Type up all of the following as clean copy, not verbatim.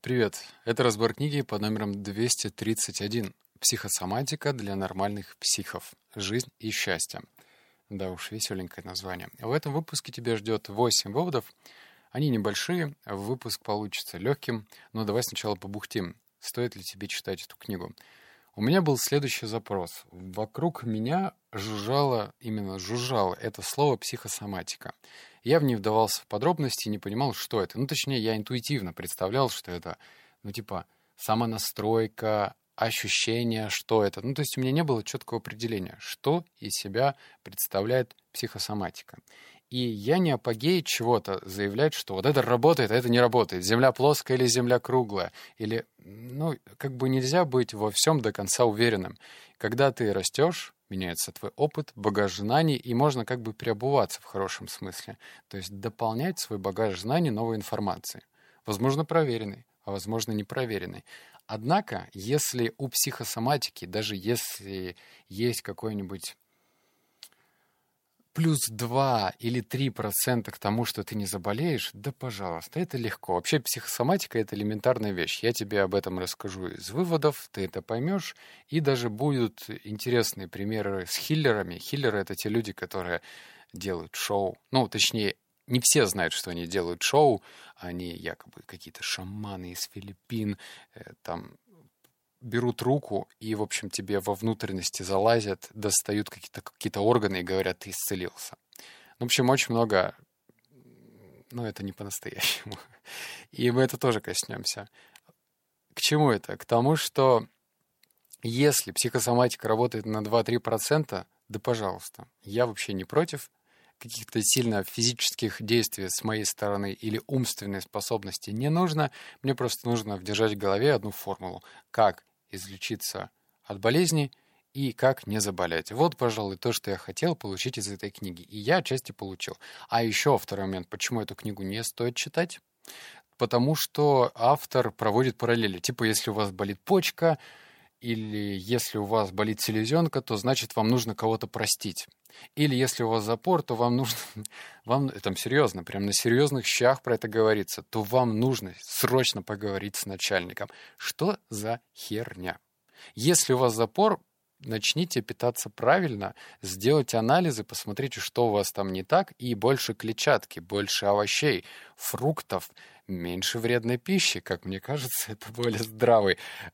Привет! Это разбор книги под номером 231. «Психосоматика для нормальных психов. Жизнь и счастье». Да уж, веселенькое название. В этом выпуске тебя ждет 8 выводов. Они небольшие, выпуск получится легким, но давай сначала побухтим. Стоит ли тебе читать эту книгу? У меня был следующий запрос. Вокруг меня именно жужжало это слово «психосоматика». Я в ней вдавался в подробности и не понимал, что это. Точнее, я интуитивно представлял, что это, типа, самонастройка, ощущение, что это. То есть у меня не было четкого определения, что из себя представляет психосоматика. И я не апогей чего-то заявлять, что вот это работает, а это не работает. Земля плоская или земля круглая. Или, нельзя быть во всем до конца уверенным. Когда ты растешь, меняется твой опыт, багаж знаний, и можно переобуваться в хорошем смысле. То есть дополнять свой багаж знаний новой информацией. Возможно, проверенной, а возможно, непроверенной. Однако, если у психосоматики, даже если есть какой-нибудь плюс 2 или 3% к тому, что ты не заболеешь, да пожалуйста, это легко. Вообще психосоматика — это элементарная вещь. Я тебе об этом расскажу из выводов, ты это поймешь, и даже будут интересные примеры с хиллерами. Хиллеры — это те люди, которые делают шоу. Точнее, не все знают, что они делают шоу. Они якобы какие-то шаманы из Филиппин, берут руку и, в общем, тебе во внутренности залазят, достают какие-то органы и говорят, ты исцелился. В общем, очень много, это не по-настоящему. И мы это тоже коснемся. К чему это? К тому, что если психосоматика работает на 2-3%, да пожалуйста, я вообще не против каких-то сильно физических действий с моей стороны или умственной способности не нужно. Мне просто нужно держать в голове одну формулу. Как излечиться от болезней и как не заболеть. Вот, пожалуй, то, что я хотел получить из этой книги. И я отчасти получил. А еще второй момент, почему эту книгу не стоит читать? Потому что автор проводит параллели. Типа, если у вас болит почка, или если у вас болит селезенка, то значит вам нужно кого-то простить. Или если у вас запор, то вам нужно, там серьезно, прям на серьезных щах про это говорится, то вам нужно срочно поговорить с начальником. Что за херня? Если у вас запор, начните питаться правильно, сделайте анализы, посмотрите, что у вас там не так, и больше клетчатки, больше овощей, фруктов, меньше вредной пищи. Как мне кажется, это более здравая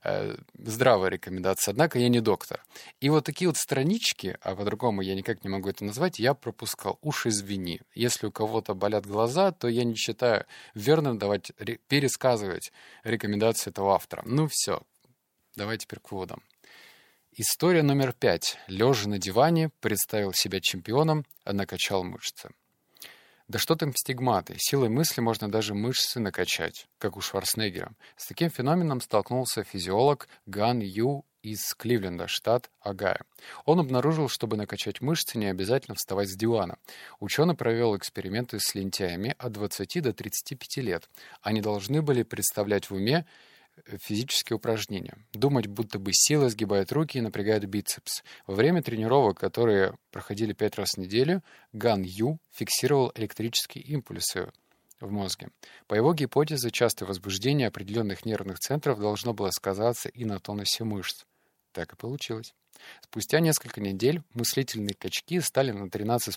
рекомендация. Однако я не доктор. И вот такие вот странички, а по-другому я никак не могу это назвать, я пропускал. Уж извини. Если у кого-то болят глаза, то я не считаю верным пересказывать рекомендации этого автора. Все. Давай теперь к выводам. История номер 5. Лежа на диване, представил себя чемпионом, а накачал мышцы. Да что там стигматы? Силой мысли можно даже мышцы накачать, как у Шварценеггера. С таким феноменом столкнулся физиолог Ган Ю из Кливленда, штат Огайо. Он обнаружил, чтобы накачать мышцы, не обязательно вставать с дивана. Ученый провел эксперименты с лентяями от 20 до 35 лет. Они должны были представлять в уме физические упражнения. Думать, будто бы силой сгибают руки и напрягают бицепс. Во время тренировок, которые проходили 5 раз в неделю, Ган Ю фиксировал электрические импульсы в мозге. По его гипотезе, частое возбуждение определенных нервных центров должно было сказаться и на тонусе мышц. Так и получилось. Спустя несколько недель мыслительные качки стали на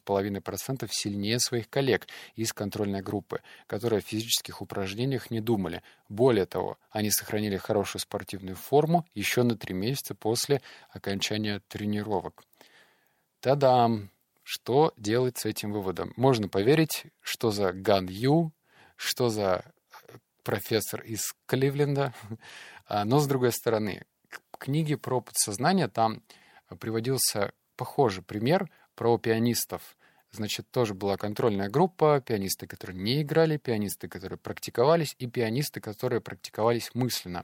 13,5% сильнее своих коллег из контрольной группы, которые о физических упражнениях не думали. Более того, они сохранили хорошую спортивную форму еще на 3 месяца после окончания тренировок. Та-дам! Что делать с этим выводом? Можно поверить, что за Ган Ю, что за профессор из Кливленда, но с другой стороны, в книге про подсознание там приводился похожий пример про пианистов. Значит, тоже была контрольная группа, пианисты, которые не играли, пианисты, которые практиковались, и пианисты, которые практиковались мысленно.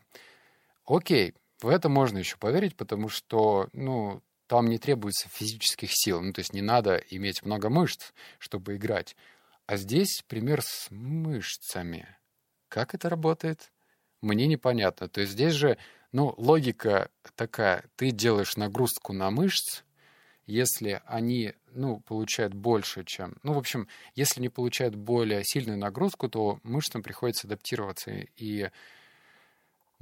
Окей, в это можно еще поверить, потому что, там не требуется физических сил, то есть не надо иметь много мышц, чтобы играть. А здесь пример с мышцами. Как это работает? Мне непонятно. То есть здесь же логика такая. Ты делаешь нагрузку на мышцы, если они, получают больше, чем... если не получают более сильную нагрузку, то мышцам приходится адаптироваться. И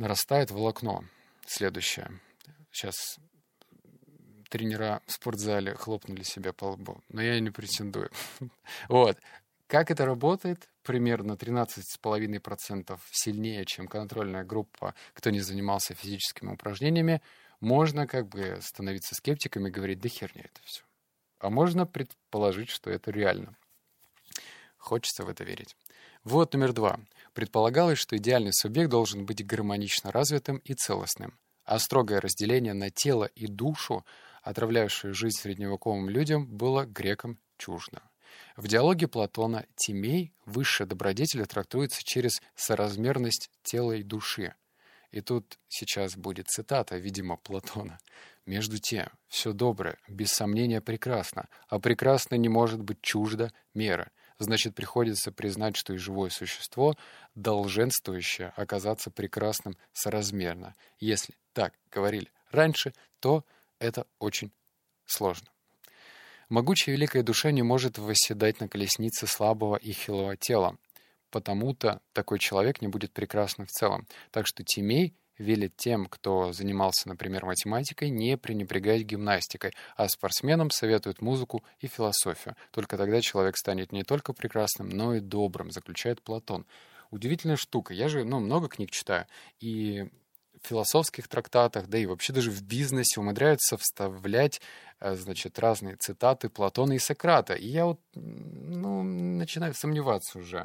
нарастает волокно. Следующее. Сейчас тренера в спортзале хлопнули себя по лбу, но я не претендую. Вот. Как это работает? Примерно 13,5% сильнее, чем контрольная группа, кто не занимался физическими упражнениями. Можно как бы становиться скептиком и говорить, да херня это все. А можно предположить, что это реально. Хочется в это верить. Вот номер 2. Предполагалось, что идеальный субъект должен быть гармонично развитым и целостным, а строгое разделение на тело и душу, отравлявшее жизнь средневековым людям, было грекам чуждо. В диалоге Платона Тимей, высшая добродетель, трактуется через соразмерность тела и души. И тут сейчас будет цитата, видимо, Платона. «Между тем, все доброе, без сомнения, прекрасно, а прекрасно не может быть чуждо меры. Значит, приходится признать, что и живое существо, долженствующее оказаться прекрасным соразмерно. Если так говорили раньше, то это очень сложно. Могучая великая душа не может восседать на колеснице слабого и хилого тела. Потому-то такой человек не будет прекрасным в целом. Так что Тимей велит тем, кто занимался, например, математикой, не пренебрегать гимнастикой, а спортсменам советует музыку и философию. Только тогда человек станет не только прекрасным, но и добрым, заключает Платон. Удивительная штука. Я же много книг читаю. И в философских трактатах, да и вообще даже в бизнесе умудряются вставлять, разные цитаты Платона и Сократа. И я начинаю сомневаться уже.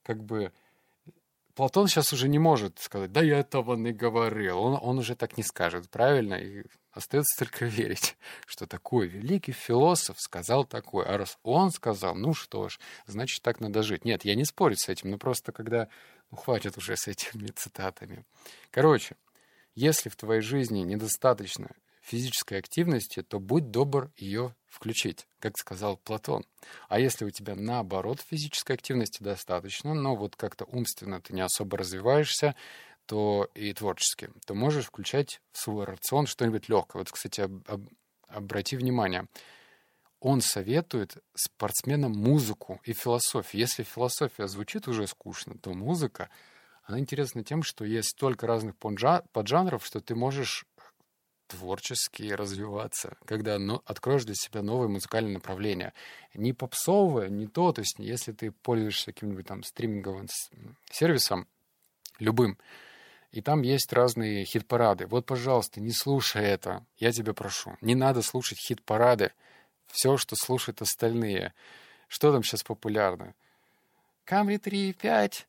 Платон сейчас уже не может сказать, да я этого не говорил. Он уже так не скажет, правильно? И остается только верить, что такой великий философ сказал такое. А раз он сказал, что ж, значит, так надо жить. Нет, я не спорю с этим, но просто когда... хватит уже с этими цитатами. Короче, если в твоей жизни недостаточно физической активности, то будь добр ее включить, как сказал Платон. А если у тебя, наоборот, физической активности достаточно, но как-то умственно ты не особо развиваешься, то и творчески, то можешь включать в свой рацион что-нибудь легкое. Кстати, обрати внимание, он советует спортсменам музыку и философию. Если философия звучит уже скучно, то музыка, она интересна тем, что есть столько разных поджанров, что ты можешь творчески развиваться, когда откроешь для себя новые музыкальные направления. Не попсовое, не то, то есть если ты пользуешься каким-нибудь стриминговым сервисом, любым, и там есть разные хит-парады. Пожалуйста, не слушай это, я тебя прошу. Не надо слушать хит-парады, все, что слушают остальные. Что там сейчас популярно? Камри 3.5,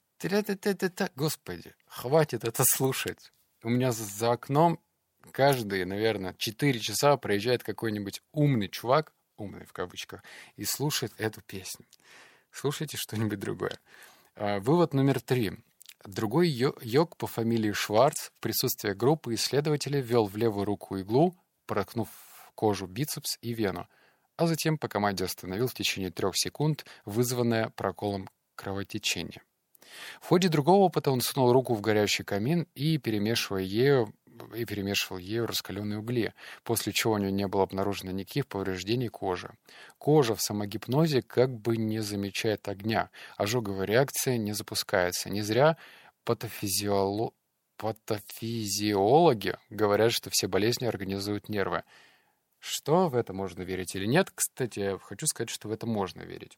Господи, хватит это слушать. У меня за окном каждые, наверное, 4 часа проезжает какой-нибудь умный чувак, умный в кавычках, и слушает эту песню. Слушайте что-нибудь другое. Вывод номер 3. Другой йог по фамилии Шварц в присутствии группы исследователей ввел в левую руку иглу, проткнув кожу бицепс и вену, а затем по команде остановил в течение 3 секунд вызванное проколом кровотечение. В ходе другого опыта он сунул руку в горящий камин и перемешивал ею раскаленные угли, после чего у него не было обнаружено никаких повреждений кожи. Кожа в самогипнозе как бы не замечает огня, ожоговая реакция не запускается. Не зря патофизиологи говорят, что все болезни организуют нервы. Что в это можно верить или нет? Кстати, я хочу сказать, что в это можно верить.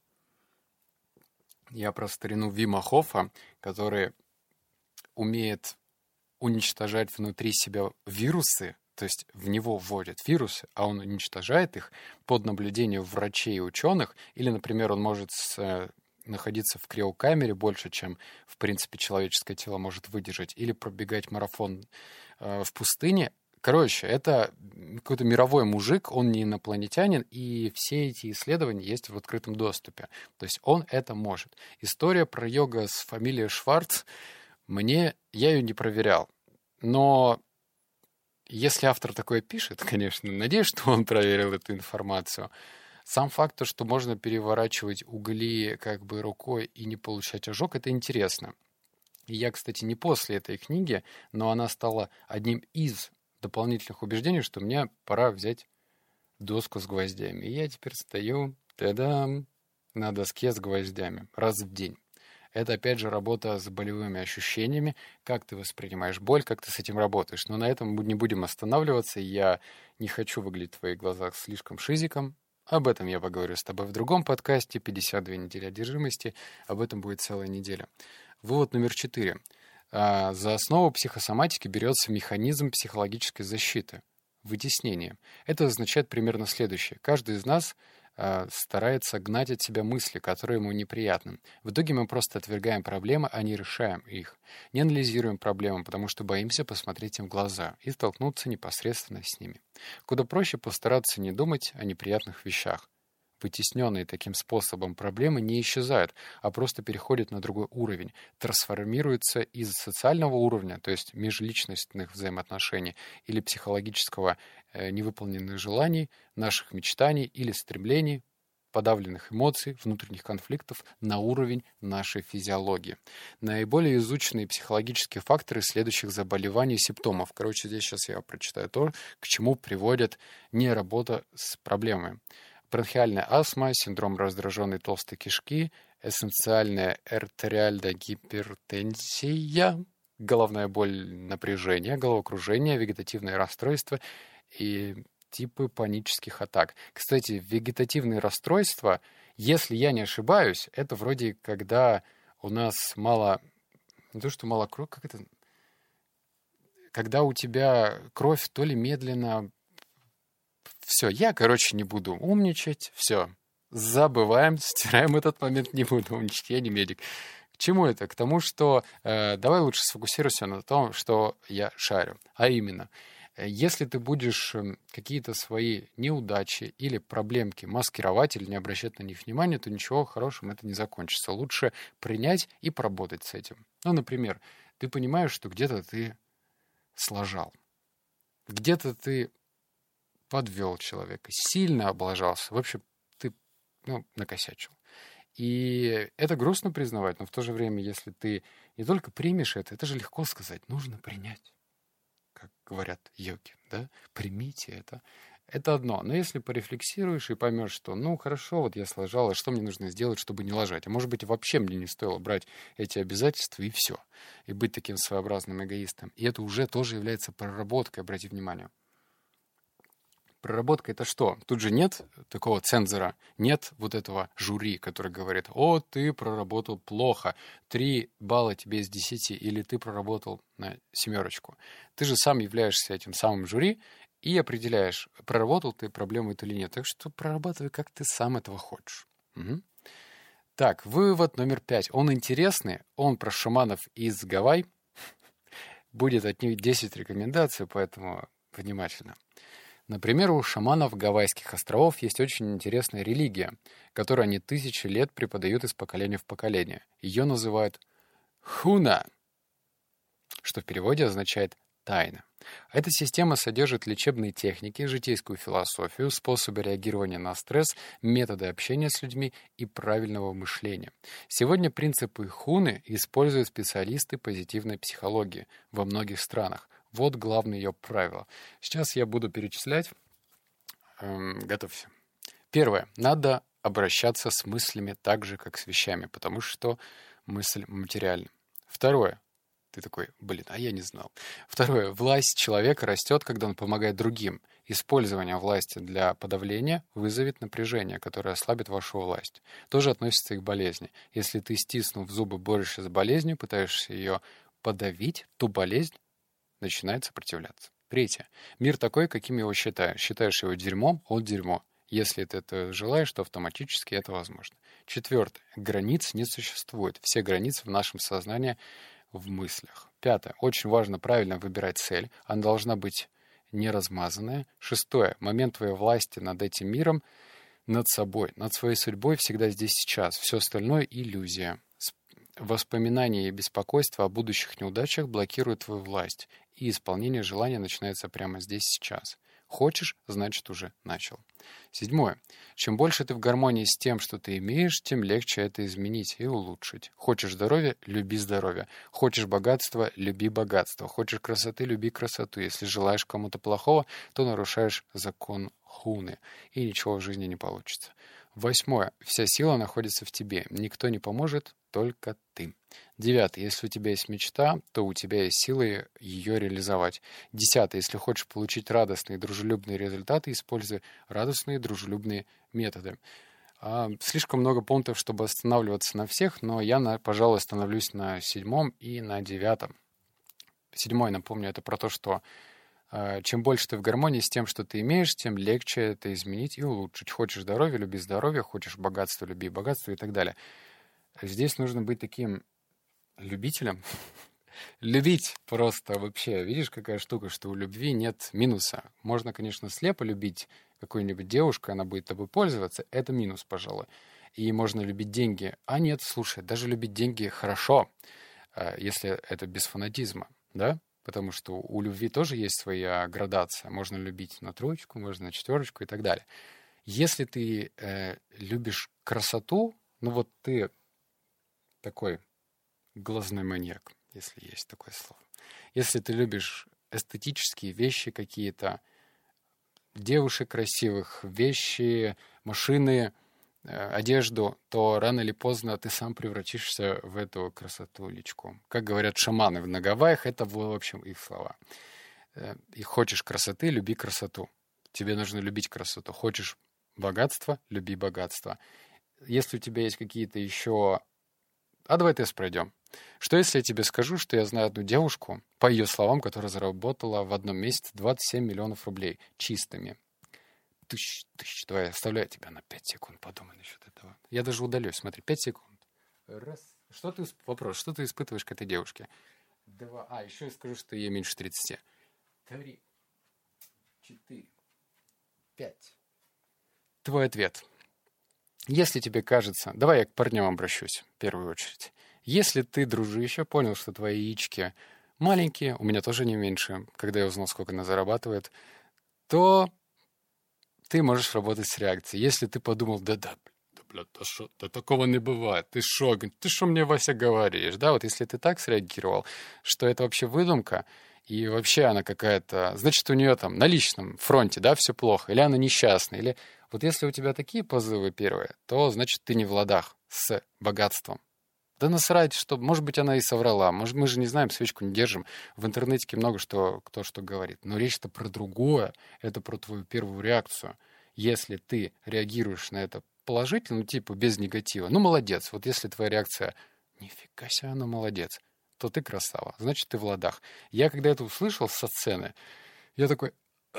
Я про старину Вима Хофа, который умеет уничтожать внутри себя вирусы, то есть в него вводят вирусы, а он уничтожает их под наблюдением врачей и ученых, или, например, он может находиться в криокамере больше, чем, в принципе, человеческое тело может выдержать, или пробегать марафон в пустыне. Короче, это какой-то мировой мужик, он не инопланетянин, и все эти исследования есть в открытом доступе. То есть он это может. История про йога с фамилией Шварц, я ее не проверял. Но если автор такое пишет, конечно, надеюсь, что он проверил эту информацию. Сам факт, то, что можно переворачивать угли рукой и не получать ожог, это интересно. И я, кстати, не после этой книги, но она стала одним из дополнительных убеждений, что мне пора взять доску с гвоздями. И я теперь стою, на доске с гвоздями раз в день. Это, опять же, работа с болевыми ощущениями, как ты воспринимаешь боль, как ты с этим работаешь. Но на этом мы не будем останавливаться. Я не хочу выглядеть в твоих глазах слишком шизиком. Об этом я поговорю с тобой в другом подкасте «52 недели одержимости». Об этом будет целая неделя. Вывод номер 4. За основу психосоматики берется механизм психологической защиты — вытеснение. Это означает примерно следующее. Каждый из нас старается гнать от себя мысли, которые ему неприятны. В итоге мы просто отвергаем проблемы, а не решаем их. Не анализируем проблемы, потому что боимся посмотреть им в глаза и столкнуться непосредственно с ними. Куда проще постараться не думать о неприятных вещах. Вытесненные таким способом проблемы не исчезают, а просто переходят на другой уровень, трансформируются из социального уровня, то есть межличностных взаимоотношений или психологического невыполненных желаний, наших мечтаний или стремлений, подавленных эмоций, внутренних конфликтов на уровень нашей физиологии. Наиболее изученные психологические факторы следующих заболеваний и симптомов. Короче, здесь сейчас я прочитаю то, к чему приводит неработа с проблемами. Бронхиальная астма, синдром раздраженной толстой кишки, эссенциальная артериальная гипертензия, головная боль, напряжение, головокружение, вегетативное расстройство и типы панических атак. Кстати, вегетативные расстройства, если я не ошибаюсь, это вроде когда у нас мало, не то что мало крови, как это, когда у тебя кровь то ли медленно. Все, я, не буду умничать. Все, забываем, стираем этот момент, не буду умничать, я не медик. К чему это? К тому, что давай лучше сфокусируйся на том, что я шарю. А именно, если ты будешь какие-то свои неудачи или проблемки маскировать или не обращать на них внимания, то ничего хорошим это не закончится. Лучше принять и поработать с этим. Ну, например, ты понимаешь, что где-то ты сложал, где-то ты подвел человека, сильно облажался. В общем, ты накосячил. И это грустно признавать, но в то же время, если ты не только примешь это же легко сказать, нужно принять, как говорят йоги, да? Примите это. Это одно. Но если порефлексируешь и поймешь, что, хорошо, вот я сложал, а что мне нужно сделать, чтобы не лажать? А может быть, вообще мне не стоило брать эти обязательства и все. И быть таким своеобразным эгоистом. И это уже тоже является проработкой, обрати внимание. Проработка — это что? Тут же нет такого цензора, нет вот этого жюри, который говорит: «О, ты проработал плохо, 3 балла тебе из 10, или ты проработал на 7». Ты же сам являешься этим самым жюри и определяешь, проработал ты проблему эту или нет. Так что прорабатывай, как ты сам этого хочешь. Угу. Так, вывод номер 5. Он интересный, он про шаманов из Гавайи. Будет от них 10 рекомендаций, поэтому внимательно. Например, у шаманов Гавайских островов есть очень интересная религия, которую они тысячи лет преподают из поколения в поколение. Ее называют хуна, что в переводе означает «тайна». Эта система содержит лечебные техники, житейскую философию, способы реагирования на стресс, методы общения с людьми и правильного мышления. Сегодня принципы хуны используют специалисты позитивной психологии во многих странах. Вот главное ее правило. Сейчас я буду перечислять. Готовься. Первое. Надо обращаться с мыслями так же, как с вещами, потому что мысль материальна. Второе. Ты такой, а я не знал. Второе. Власть человека растет, когда он помогает другим. Использование власти для подавления вызовет напряжение, которое ослабит вашу власть. Тоже относится и к болезни. Если ты, стиснув зубы, борешься с болезнью, пытаешься ее подавить, то болезнь начинает сопротивляться. Третье. Мир такой, каким его считаешь. Считаешь его дерьмом, он дерьмо. Если ты это желаешь, то автоматически это возможно. Четвертое. Границ не существует. Все границы в нашем сознании в мыслях. Пятое. Очень важно правильно выбирать цель. Она должна быть не размазанная. Шестое. Момент твоей власти над этим миром, над собой, над своей судьбой всегда здесь сейчас. Все остальное — иллюзия. Воспоминания и беспокойство о будущих неудачах блокируют твою власть, и исполнение желания начинается прямо здесь сейчас. Хочешь, значит, уже начал. Седьмое. Чем больше ты в гармонии с тем, что ты имеешь, тем легче это изменить и улучшить. Хочешь здоровья — люби здоровье. Хочешь богатства — люби богатство. Хочешь красоты — люби красоту. Если желаешь кому-то плохого, то нарушаешь закон хуны, и ничего в жизни не получится. 8. Вся сила находится в тебе. Никто не поможет, только ты. 9. Если у тебя есть мечта, то у тебя есть силы ее реализовать. 10. Если хочешь получить радостные и дружелюбные результаты, используй радостные и дружелюбные методы. Слишком много пунктов, чтобы останавливаться на всех, но я, пожалуй, остановлюсь на 7 и на 9. 7, напомню, это про то, что чем больше ты в гармонии с тем, что ты имеешь, тем легче это изменить и улучшить. Хочешь здоровья — люби здоровье, хочешь богатства — люби богатство и так далее. Здесь нужно быть таким любителем. Любить просто вообще. Видишь, какая штука, что у любви нет минуса. Можно, конечно, слепо любить какую-нибудь девушку, она будет тобой пользоваться. Это минус, пожалуй. И можно любить деньги. А нет, слушай, даже любить деньги хорошо, если это без фанатизма, да? Потому что у любви тоже есть своя градация. Можно любить на 3, можно на 4 и так далее. Если ты любишь красоту, ну вот ты такой глазной маньяк, если есть такое слово. Если ты любишь эстетические вещи какие-то, девушек красивых, вещи, машины, одежду, то рано или поздно ты сам превратишься в эту красоту личком. Как говорят шаманы на Гавайях, это, в общем, их слова. И хочешь красоты — люби красоту. Тебе нужно любить красоту. Хочешь богатства — люби богатство. Если у тебя есть какие-то еще... давай тест пройдем. Что если я тебе скажу, что я знаю одну девушку, по ее словам, которая заработала в одном месяце 27 миллионов рублей чистыми? Давай, оставляю тебя на 5 секунд, подумай насчет этого. Я даже удалюсь, смотри, 5 секунд. Раз. Вопрос, что ты испытываешь к этой девушке? 2. Еще я скажу, что ей меньше 30. 3, 4, 5. Твой ответ. Если тебе кажется... Давай я к парням обращусь в первую очередь. Если ты, дружище, понял, что твои яички маленькие, у меня тоже не меньше, когда я узнал, сколько она зарабатывает, то ты можешь работать с реакцией. Если ты подумал, да такого не бывает, ты что мне, Вася, говоришь? Да, вот если ты так среагировал, что это вообще выдумка, и вообще она какая-то... Значит, у нее там на личном фронте, да, все плохо, или она несчастная, или... Вот если у тебя такие позывы первые, то, значит, ты не в ладах с богатством. Да насрать, что... Может быть, она и соврала. Может, мы же не знаем, свечку не держим. В интернете много кто что говорит. Но речь-то про другое. Это про твою первую реакцию. Если ты реагируешь на это положительно, типа без негатива, ну, молодец. Вот если твоя реакция «Нифига себе, она молодец», то ты красава. Значит, ты в ладах. Я, когда это услышал со сцены, я такой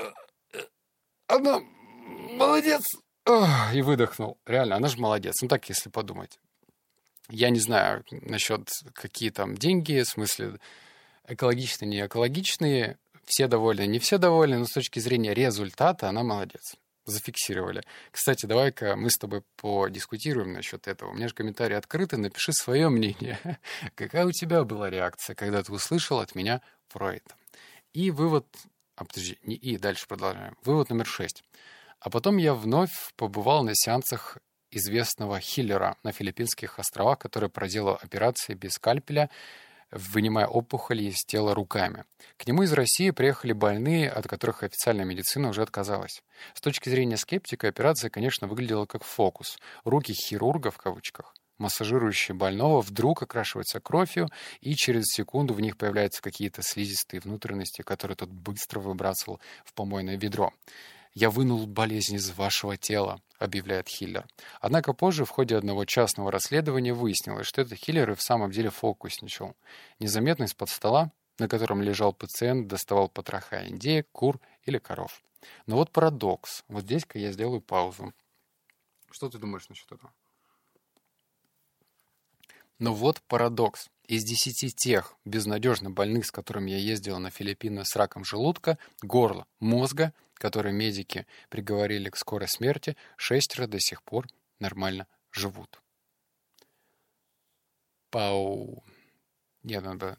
«Она молодец!» И выдохнул. Реально, она же молодец. Ну, так, если подумать. Я не знаю насчет какие там деньги, в смысле экологичные, не экологичные, все довольны, не все довольны, но с точки зрения результата она молодец. Зафиксировали. Кстати, давай-ка мы с тобой подискутируем насчет этого. У меня же комментарии открыты, напиши свое мнение. Какая у тебя была реакция, когда ты услышал от меня про это? И вывод... дальше продолжаем. Вывод номер 6. А потом я вновь побывал на сеансах известного хиллера на Филиппинских островах, который проделал операции без скальпеля, вынимая опухоли из тела руками. К нему из России приехали больные, от которых официальная медицина уже отказалась. С точки зрения скептика, операция, конечно, выглядела как фокус. Руки хирурга, в кавычках, массажирующие больного, вдруг окрашиваются кровью, и через секунду в них появляются какие-то слизистые внутренности, которые тот быстро выбрасывал в помойное ведро. «Я вынул болезнь из вашего тела», — объявляет Хиллер. Однако позже в ходе одного частного расследования выяснилось, что этот Хиллер и в самом деле фокусничал. Незаметно из-под стола, на котором лежал пациент, доставал потроха индеек, кур или коров. Но вот парадокс. Вот здесь-ка я сделаю паузу. Что ты думаешь насчет этого? Но вот парадокс. Из 10 тех безнадежно больных, с которыми я ездил на Филиппины с раком желудка, горла, мозга, которые медики приговорили к скорой смерти, 6 до сих пор нормально живут. Пау. Нет, надо...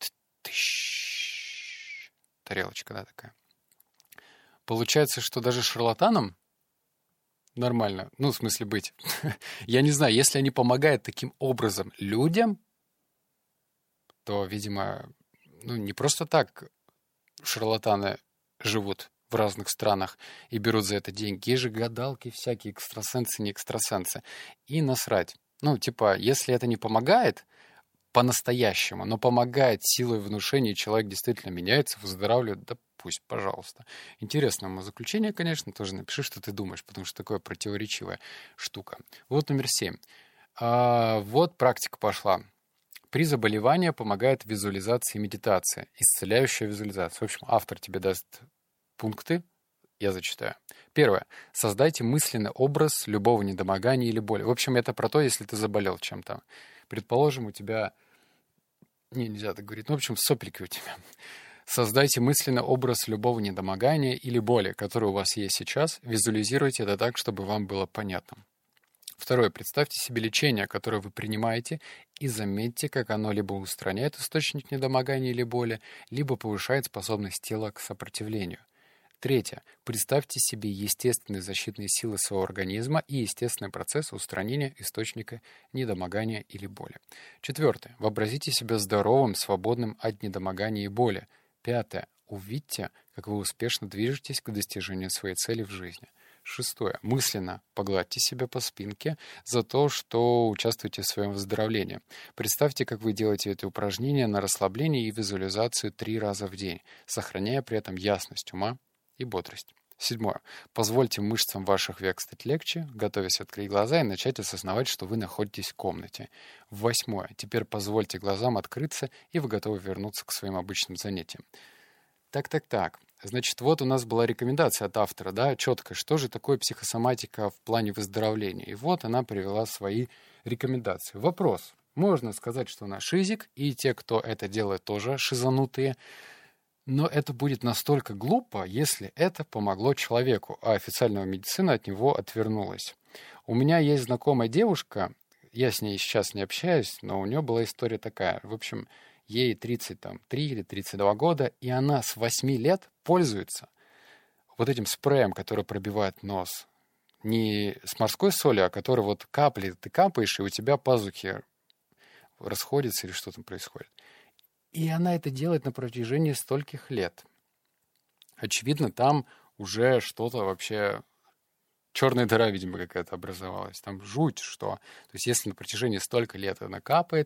Тарелочка, да, такая. Получается, что даже шарлатанам нормально. Ну, в смысле быть. Я не знаю, если они помогают таким образом людям, то, видимо, не просто так шарлатаны живут в разных странах и берут за это деньги. Есть же гадалки всякие, экстрасенсы, не экстрасенсы. И насрать. Ну, типа, если это не помогает по-настоящему, но помогает силой внушения, человек действительно меняется, выздоравливает, да пусть, пожалуйста. Интересное умозаключение, конечно, тоже напиши, что ты думаешь, потому что такое противоречивая штука. Вот номер 7. Вот практика пошла. При заболевании помогает визуализация и медитация, исцеляющая визуализация. В общем, автор тебе даст пункты, я зачитаю. Первое. Создайте мысленный образ любого недомогания или боли. В общем, это про то, если ты заболел чем-то. Предположим, у тебя... нельзя так говорить. Ну, в общем, соплики у тебя. Создайте мысленный образ любого недомогания или боли, который у вас есть сейчас. Визуализируйте это так, чтобы вам было понятно. Второе. Представьте себе лечение, которое вы принимаете, и заметьте, как оно либо устраняет источник недомогания или боли, либо повышает способность тела к сопротивлению. Третье. Представьте себе естественные защитные силы своего организма и естественный процесс устранения источника недомогания или боли. Четвертое. Вообразите себя здоровым, свободным от недомогания и боли. Пятое. Увидьте, как вы успешно движетесь к достижению своей цели в жизни. Шестое. Мысленно погладьте себя по спинке за то, что участвуете в своем выздоровлении. Представьте, как вы делаете это упражнение на расслабление и визуализацию 3 раза в день, сохраняя при этом ясность ума и бодрость. Седьмое. Позвольте мышцам ваших век стать легче, готовясь открыть глаза и начать осознавать, что вы находитесь в комнате. Восьмое. Теперь позвольте глазам открыться, и вы готовы вернуться к своим обычным занятиям. Так. Значит, вот у нас была рекомендация от автора, да, четко, что же такое психосоматика в плане выздоровления. И вот она привела свои рекомендации. Вопрос. Можно сказать, что она шизик, и те, кто это делает, тоже шизанутые. Но это будет настолько глупо, если это помогло человеку, а официальная медицина от него отвернулась. У меня есть знакомая девушка, я с ней сейчас не общаюсь, но у нее была история такая. В общем, ей 33 или 32 года, и она с 8 лет пользуется вот этим спреем, который пробивает нос. Не с морской солью, а который вот капли ты капаешь, и у тебя пазухи расходятся или что там происходит. И она это делает на протяжении стольких лет. Очевидно, там уже что-то вообще... Черная дыра, видимо, какая-то образовалась. Там жуть, что... То есть если на протяжении столько лет она капает,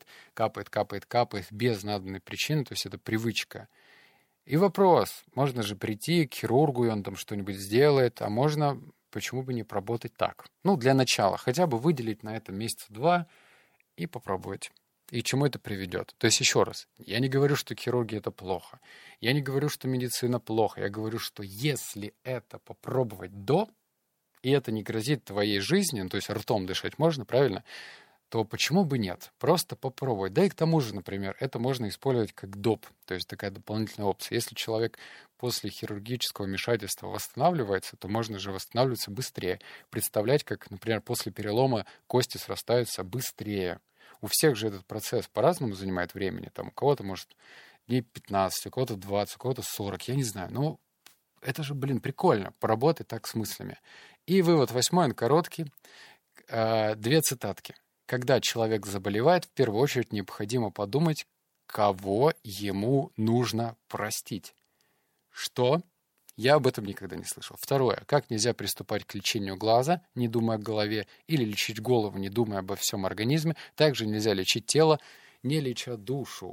без надобной причины, то есть это привычка. И вопрос, можно же прийти к хирургу, и он там что-нибудь сделает, а можно, почему бы не поработать так? Ну, для начала, хотя бы выделить на это месяца 2 и попробовать. И к чему это приведет? То есть, еще раз, я не говорю, что хирургия — это плохо. Я не говорю, что медицина плохо. Я говорю, что если это попробовать и это не грозит твоей жизни, ну, то есть ртом дышать можно, правильно? То почему бы нет? Просто попробовать. Да и к тому же, например, это можно использовать как доп, то есть такая дополнительная опция. Если человек после хирургического вмешательства восстанавливается, то можно же восстанавливаться быстрее. Представлять, как, например, после перелома кости срастаются быстрее. У всех же этот процесс по-разному занимает времени. Там у кого-то, может, дней 15, у кого-то 20, у кого-то 40, я не знаю. Но это же, прикольно, поработать так с мыслями. И вывод 8, он короткий. 2 цитатки. Когда человек заболевает, в первую очередь необходимо подумать, кого ему нужно простить. Что? Я об этом никогда не слышал. Второе. Как нельзя приступать к лечению глаза, не думая о голове, или лечить голову, не думая обо всем организме. Также нельзя лечить тело, не леча душу.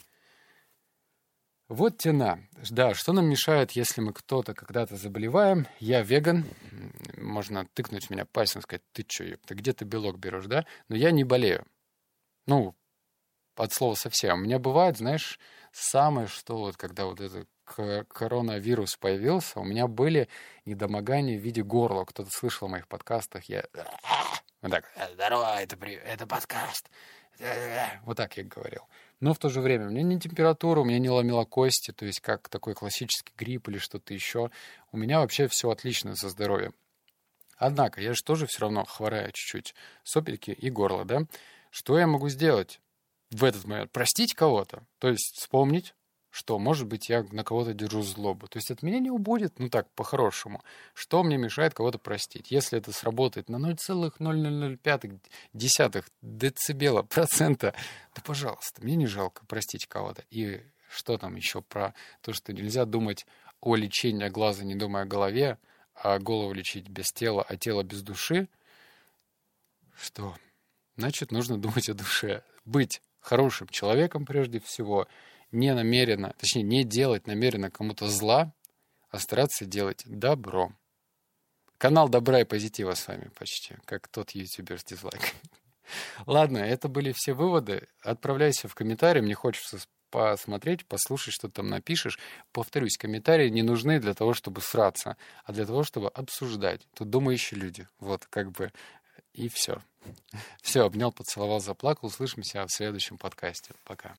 Вот тена. Да, что нам мешает, если мы кто-то когда-то заболеваем? Я веган. Можно тыкнуть меня пальцем и сказать, ты чё, ёпта, где ты белок берешь, да? Но я не болею. Ну, от слова совсем. У меня бывает, знаешь, самое, что вот когда вот этот коронавирус появился, у меня были недомогания в виде горла. Кто-то слышал в моих подкастах, я вот так, здорово, это подкаст. Вот так я говорил. Но в то же время у меня не температура, у меня не ломило кости, то есть как такой классический грипп или что-то еще. У меня вообще все отлично со здоровьем. Однако я же тоже все равно хвораю чуть-чуть. Сопельки и горло, да? Что я могу сделать в этот момент? Простить кого-то? То есть вспомнить, что, может быть, я на кого-то держу злобу. То есть от меня не убудет, ну так, по-хорошему. Что мне мешает кого-то простить? Если это сработает на 0,0005 децибела процента, то, пожалуйста, мне не жалко простить кого-то. И что там еще про то, что нельзя думать о лечении глаза, не думая о голове, а голову лечить без тела, а тело без души, что? Значит, нужно думать о душе. Быть хорошим человеком прежде всего, не намеренно, точнее, не делать намеренно кому-то зла, а стараться делать добро. Канал добра и позитива с вами почти, как тот ютубер с дизлайком. Ладно, это были все выводы. Отправляйся в комментарии, мне хочется посмотреть, послушать, что ты там напишешь. Повторюсь, комментарии не нужны для того, чтобы сраться, а для того, чтобы обсуждать. Тут думающие люди. Вот, как бы, и все. Все, обнял, поцеловал, заплакал. Услышимся в следующем подкасте. Пока.